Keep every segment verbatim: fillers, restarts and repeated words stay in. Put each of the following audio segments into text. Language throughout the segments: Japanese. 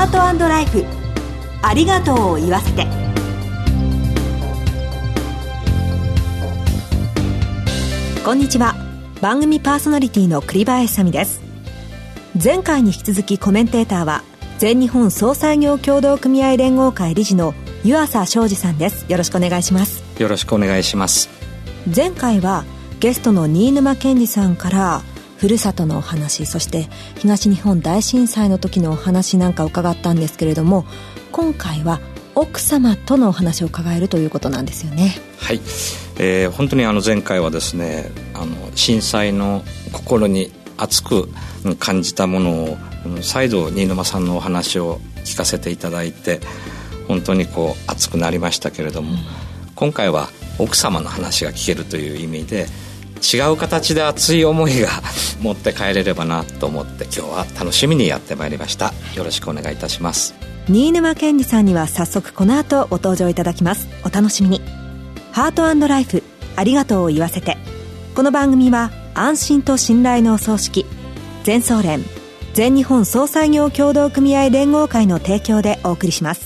ハート&ライフ、ありがとうを言わせて。こんにちは。番組パーソナリティの栗林さみです。前回に引き続きコメンテーターは全日本総裁業協同組合連合会理事の湯浅昌司さんです。よろしくお願いします。 よろしくお願いします。 前回はゲストの新沼謙治さんからふるさとのお話、そして東日本大震災の時のお話なんかを伺ったんですけれども、今回は奥様とのお話を伺えるということなんですよね。 はい、えー、本当にあの前回はですね、あの震災の心に熱く感じたものを再度新沼さんのお話を聞かせていただいて、本当にこう熱くなりましたけれども、うん、今回は奥様の話が聞けるという意味で違う形で熱い思いが持って帰れればなと思って今日は楽しみにやってまいりました。よろしくお願いいたします。 新沼謙治さんには早速この後ご登場いただきます。お楽しみに。ハート&ライフ、ありがとうを言わせて。この番組は安心と信頼のお葬式、全総連全日本総裁業協同組合連合会の提供でお送りします。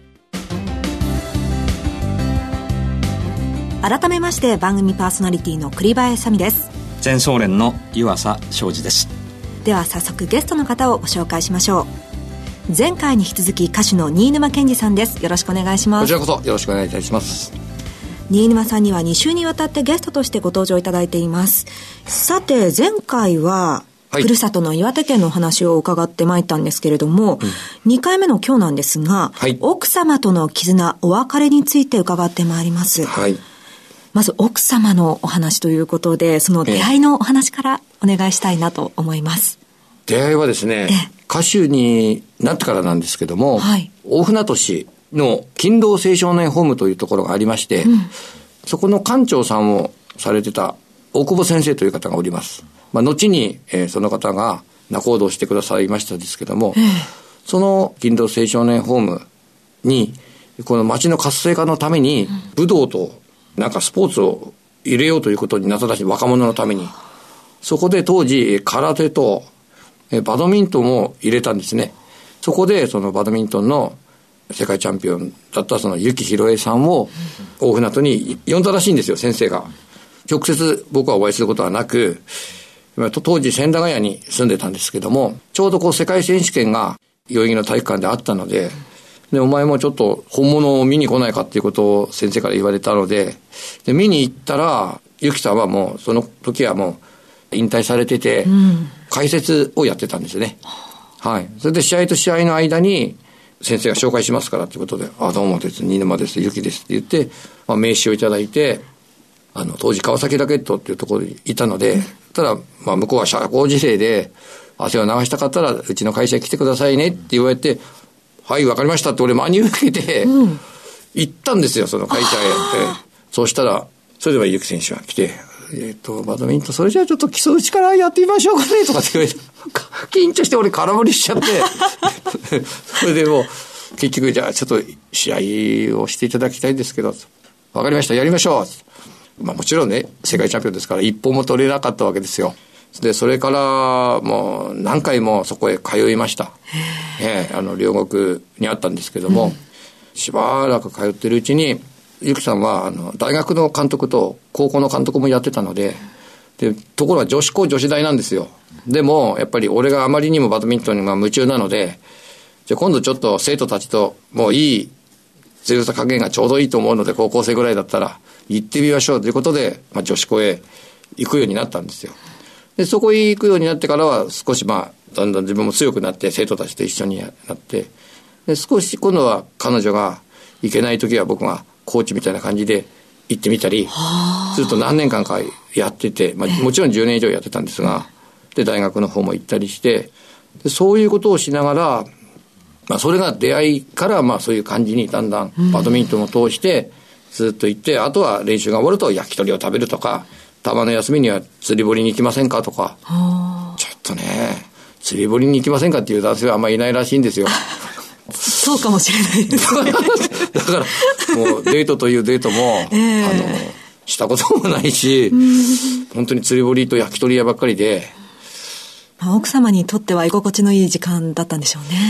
改めまして番組パーソナリティの栗林さみです。 全総連の湯浅昌司です。 では早速ゲストの方をご紹介しましょう。前回に引き続き歌手の新沼謙治さんです。よろしくお願いします。 こちらこそよろしくお願いいたします。 新沼さんにはに週にわたってゲストとしてご登場いただいています。さて前回はふるさとの岩手県のお話を伺ってまいったんですけれども、うん、にかいめの今日なんですが、はい、奥様との絆、お別れについて伺ってまいります。はい、まず奥様のお話ということで、その出会いのお話からお願いしたいなと思います。 出会いはですね、歌手になってからなんですけども、はい、大船渡市の勤労青少年ホームというところがありまして、うん、そこの館長さんをされてた大久保先生という方がおります。まあ、後に、えー、その方が仲人をしてくださいましたですけども、えー、その勤労青少年ホームにこの町の活性化のために武道となんかスポーツを入れようということになったらしい、若者のために。そこで当時空手とバドミントンを入れたんですね。そこでそのバドミントンの世界チャンピオンだったそのゆきひろえさんを大船渡に呼んだらしいんですよ、先生が。直接僕はお会いすることはなく、当時千駄ヶ谷に住んでたんですけども、ちょうどこう世界選手権が代々木の体育館であったので、でお前もちょっと本物を見に来ないかっていうことを先生から言われたので、で見に行ったらゆきさんはもうその時はもう引退されてて、うん、解説をやってたんですよね。はい。それで試合と試合の間に先生が紹介しますからということで、あ、どうもです、新沼です、ゆきですって言って、まあ、名刺をいただいて、あの当時川崎ラケットっていうところにいたので、ただまあ向こうは社交辞令で汗を流したかったらうちの会社に来てくださいねって言われて、はいわかりましたって俺真に受けて、うん、行ったんですよ、その会社へ。そうしたらそれではゆき選手が来て、えっとバドミントンそれじゃあちょっと基礎打ちからやってみましょうかねとかって言われて緊張して俺空振りしちゃってそれでもう結局じゃあちょっと試合をしていただきたいんですけど、わかりましたやりましょう。まあもちろんね世界チャンピオンですから一本も取れなかったわけですよ。でそれからもう何回もそこへ通いました。えー、あの両国にあったんですけども、うん、しばらく通ってるうちにゆきさんはあの大学の監督と高校の監督もやってたので、でところが女子高女子大なんですよ。でもやっぱり俺があまりにもバドミントンにまあ夢中なので、じゃあ今度ちょっと生徒たちともういい強さ加減がちょうどいいと思うので高校生ぐらいだったら行ってみましょうということで、まあ、女子校へ行くようになったんですよ。でそこへ行くようになってからは少しまあだんだん自分も強くなって生徒たちと一緒になって、で少し今度は彼女が行けない時は僕がコーチみたいな感じで行ってみたりすると何年間かやってて、まあ、もちろんじゅうねん以上やってたんですが、で大学の方も行ったりして、でそういうことをしながら、まあ、それが出会いからまあそういう感じにだんだんバドミントンを通してずっと行って、あとは練習が終わると焼き鳥を食べるとか、たまの休みには釣り堀に行きませんかとか、ちょっとね釣り堀に行きませんかっていう男性はあんまりいないらしいんですよ。 そうかもしれないですね。 だからもうデートというデートも、えー、あのしたこともないし、本当に釣り堀と焼き鳥屋ばっかりで、 まあ、奥様にとっては居心地のいい時間だったんでしょうね。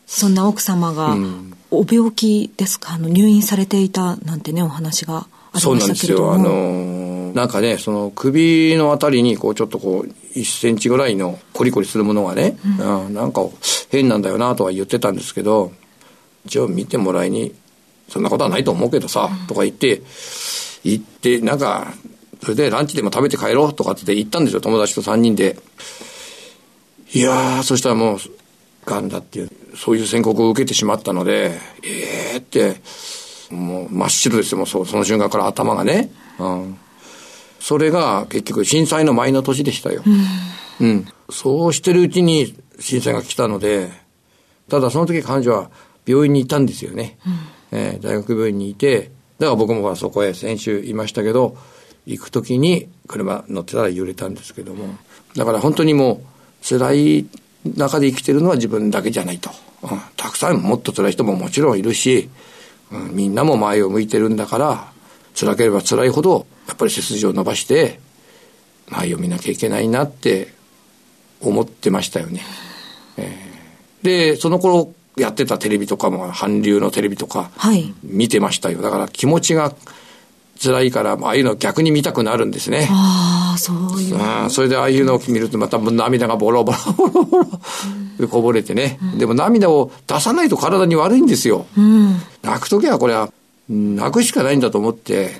そんな奥様がお病気ですか、あの入院されていたなんてねお話がありましたけれども。 そうなんですよ。あのー、なんかねその首のあたりにこうちょっとこういっセンチぐらいのコリコリするものがね、うんうん、なんか変なんだよなとは言ってたんですけど、一応見てもらいにそんなことはないと思うけどさ、うん、とか言って行ってなんかそれでランチでも食べて帰ろうとかって言ったんですよ、友達とさんにんで。いやーそしたらもうがんだっていうそういう宣告を受けてしまったので、えーってもう真っ白ですよ。もう そ, その瞬間から頭がね、うん、それが結局震災の前の年でしたよ、うんうん、そうしてるうちに震災が来たので、ただその時彼女は病院にいたんですよね、うんえー、大学病院にいて、だから僕もそこへ先週いましたけど、行く時に車乗ってたら揺れたんですけども、だから本当にもう辛い中で生きてるのは自分だけじゃないと、うん、たくさんもっと辛い人ももちろんいるし、うん、みんなも前を向いてるんだから、辛ければ辛いほどやっぱり背筋を伸ばして前を見なきゃいけないなって思ってましたよね、えー、でその頃やってたテレビとかも韓流のテレビとか見てましたよ、はい、だから気持ちが辛いからああいうの逆に見たくなるんですね。 ああそういう、 うん、それでああいうのを見るとまた涙がボロボロボロボロこぼれてね、うん、でも涙を出さないと体に悪いんですよ、うん、泣くときはこれは泣くしかないんだと思って、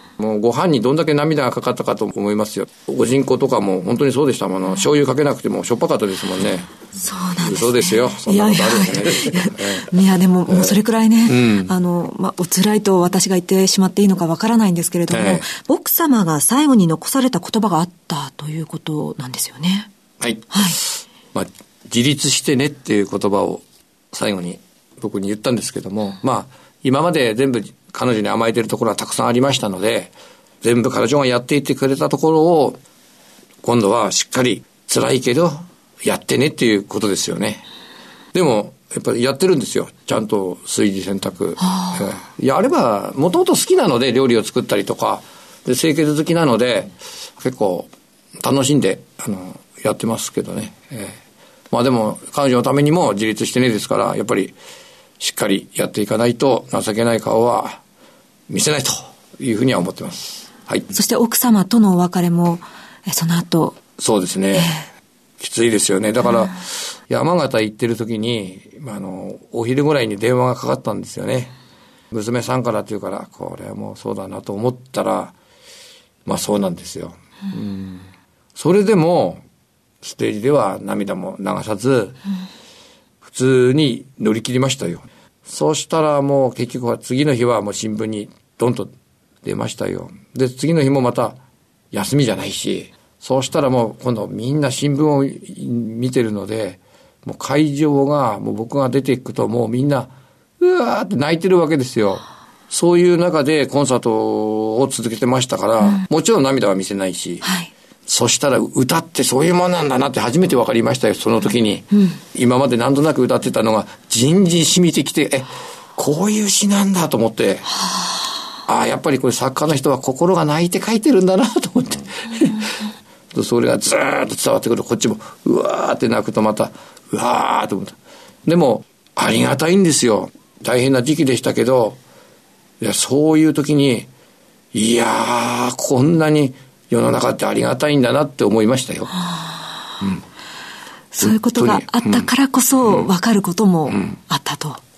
もうご飯にどんだけ涙がかかったかと思いますよ。おじんことかも本当にそうでしたもの。醤油かけなくてもしょっぱかったですもんね。 そうなんですね。 嘘ですよ。そんなことあるんじゃないですか。 いやでももうそれくらいね、えーうん、あのまあお辛いと私が言ってしまっていいのかわからないんですけれども、えー、奥様が最後に残された言葉があったということなんですよね。 はい。はい。まあ自立してねっていう言葉を最後に僕に言ったんですけども、まあ今まで全部彼女に甘えてるところはたくさんありましたので、全部彼女がやっていってくれたところを今度はしっかり辛いけどやってねっていうことですよね。でもやっぱりやってるんですよ、ちゃんと炊事洗濯、えー、やればもともと好きなので料理を作ったりとかで清潔好きなので結構楽しんであのやってますけどね、えー、まあでも彼女のためにも自立してねですからやっぱりしっかりやっていかないと情けない顔は見せないというふうには思ってます。はい。 そして奥様とのお別れもえその後。 そうですね、えー、きついですよね。だから、うん、山形行ってる時に、まあ、あのお昼ぐらいに電話がかかったんですよね。娘さんからっていうからこれはもうそうだなと思ったらまあそうなんですよ、うんうん、それでもステージでは涙も流さず、うん普通に乗り切りましたよ。そうしたらもう結局は次の日はもう新聞にドンと出ましたよ。で次の日もまた休みじゃないし、そうしたらもう今度みんな新聞を見てるので、もう会場がもう僕が出ていくともうみんなうわーって泣いてるわけですよ。そういう中でコンサートを続けてましたから、うん、もちろん涙は見せないし、はいそしたら歌ってそういうもんなんだなって初めて分かりましたよ、その時に、うん、今まで何となく歌ってたのがじんじん染みてきて、えこういう詩なんだと思って、ああやっぱりこれ作家の人は心が泣いて書いてるんだなと思ってそれがずーっと伝わってくる。こっちもうわーって泣くとまたうわーと思った。でもありがたいんですよ。大変な時期でしたけど、いやそういう時にいやーこんなに世の中ってありがたいんだなって思いましたよ、 うん、そういうことがあったからこそ分かることもあったと、うんうん、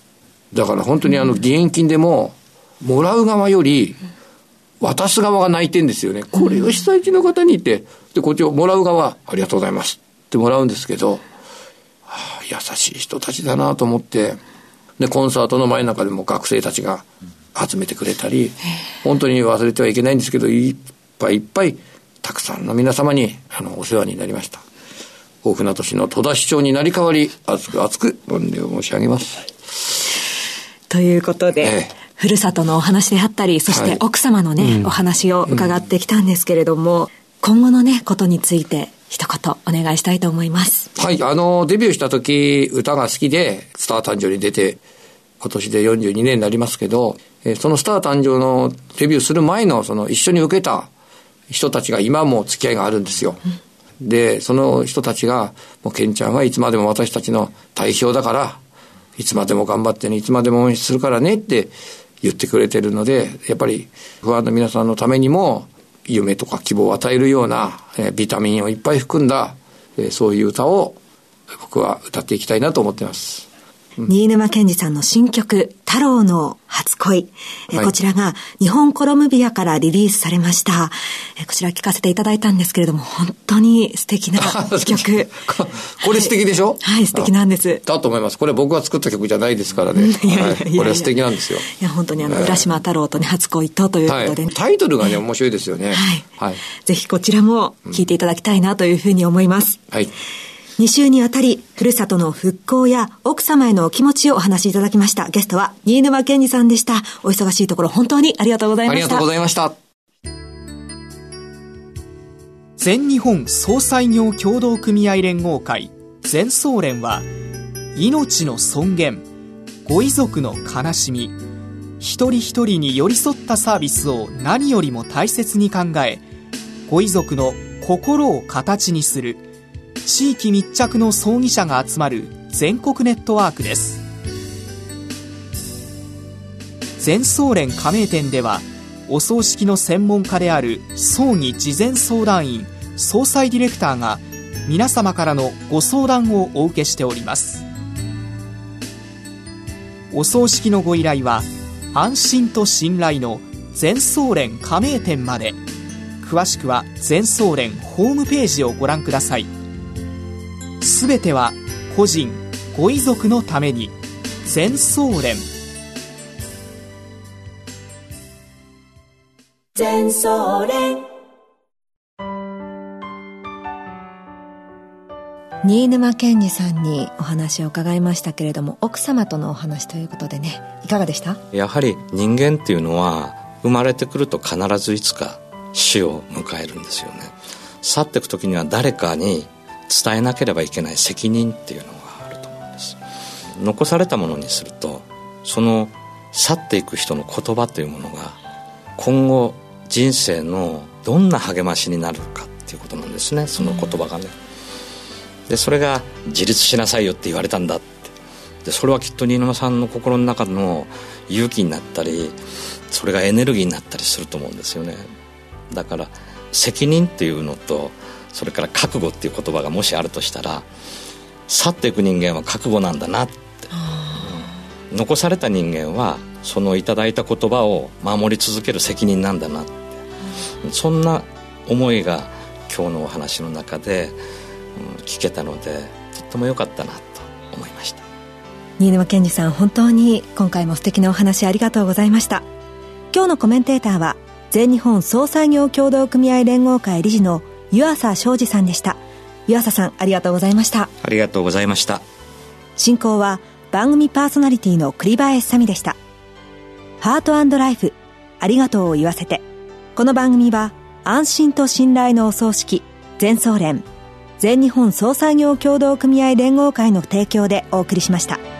だから本当にあの義援金でももらう側より渡す側が泣いてんですよね、うん、これを被災地の方にってでこっちをもらう側ありがとうございますってもらうんですけど、はあ、優しい人たちだなと思って、でコンサートの前なんかでも学生たちが集めてくれたり、本当に忘れてはいけないんですけどいっぱいいっぱいたくさんの皆様にあのお世話になりました。大船渡市の戸田市長になり代わり厚く厚く御礼を申し上げます。 ということで、ええ、ふるさとのお話であったり、そして奥様のね、はい、お話を伺ってきたんですけれども、うん、今後のねことについて一言お願いしたいと思います。 はい、あのデビューした時歌が好きでスター誕生に出て今年でよんじゅうにねんになりますけど、えそのスター誕生のデビューする前のその一緒に受けた人たちが今も付き合いがあるんですよ、うん、でその人たちがもうケンちゃんはいつまでも私たちの代表だからいつまでも頑張ってね、いつまでも応援するからねって言ってくれてるので、やっぱりファンの皆さんのためにも夢とか希望を与えるような、えー、ビタミンをいっぱい含んだ、えー、そういう歌を僕は歌っていきたいなと思っています。 うん、新沼謙治さんの新曲太郎の初恋、えーはい、こちらが日本コロムビアからリリースされました。えー、こちら聴かせていただいたんですけれども、本当に素敵な曲こ, これ素敵でしょ。 はい、はい、素敵なんです。 だと思います。これ僕が作った曲じゃないですからね。いやいやいやいや、はい、これは素敵なんですよ。 いや本当にあの、えー、浦島太郎とね初恋とということで、ね、 はい、タイトルがね面白いですよね。 はい、はい、ぜひこちらも聴いていただきたいなというふうに思います。うん、はい。に週にわたり、ふるさとの復興や奥様へのお気持ちをお話しいただきました。ゲストは新沼謙治さんでした。お忙しいところ本当にありがとうございました。 ありがとうございました。 全日本総裁業協同組合連合会全総連は、命の尊厳、ご遺族の悲しみ、一人一人に寄り添ったサービスを何よりも大切に考え、ご遺族の心を形にする地域密着の葬儀社が集まる全国ネットワークです。全総連加盟店では、お葬式の専門家である葬儀事前相談員、葬祭ディレクターが皆様からのご相談をお受けしております。お葬式のご依頼は安心と信頼の全総連加盟店まで。詳しくは全総連ホームページをご覧ください。すべては個人ご遺族のために。全総連。 全総連。新沼謙治さんにお話を伺いましたけれども、奥様とのお話ということでね、いかがでした？ やはり人間っていうのは生まれてくると必ずいつか死を迎えるんですよね。去っていく時には誰かに伝えなければいけない責任っていうのがあると思うんです。残されたものにすると、その去っていく人の言葉というものが今後人生のどんな励ましになるかっていうことなんですね、その言葉がね。でそれが自立しなさいよって言われたんだって。でそれはきっと新沼さんの心の中の勇気になったり、それがエネルギーになったりすると思うんですよね。だから責任っていうのと、それから覚悟っていう言葉がもしあるとしたら、去っていく人間は覚悟なんだなって、うん、残された人間はそのいただいた言葉を守り続ける責任なんだなって、うん、そんな思いが今日のお話の中で、うん、聞けたので、とっても良かったなと思いました。 新沼謙治さん、本当に今回も素敵なお話ありがとうございました。今日のコメンテーターは全日本総裁業協同組合連合会理事の湯浅昌司さんでした。湯浅さん、ありがとうございました。 ありがとうございました。 進行は番組パーソナリティの栗林さみでした。ハート&ライフ、ありがとうを言わせて。この番組は安心と信頼のお葬式全総連、全日本総裁業協同組合連合会の提供でお送りしました。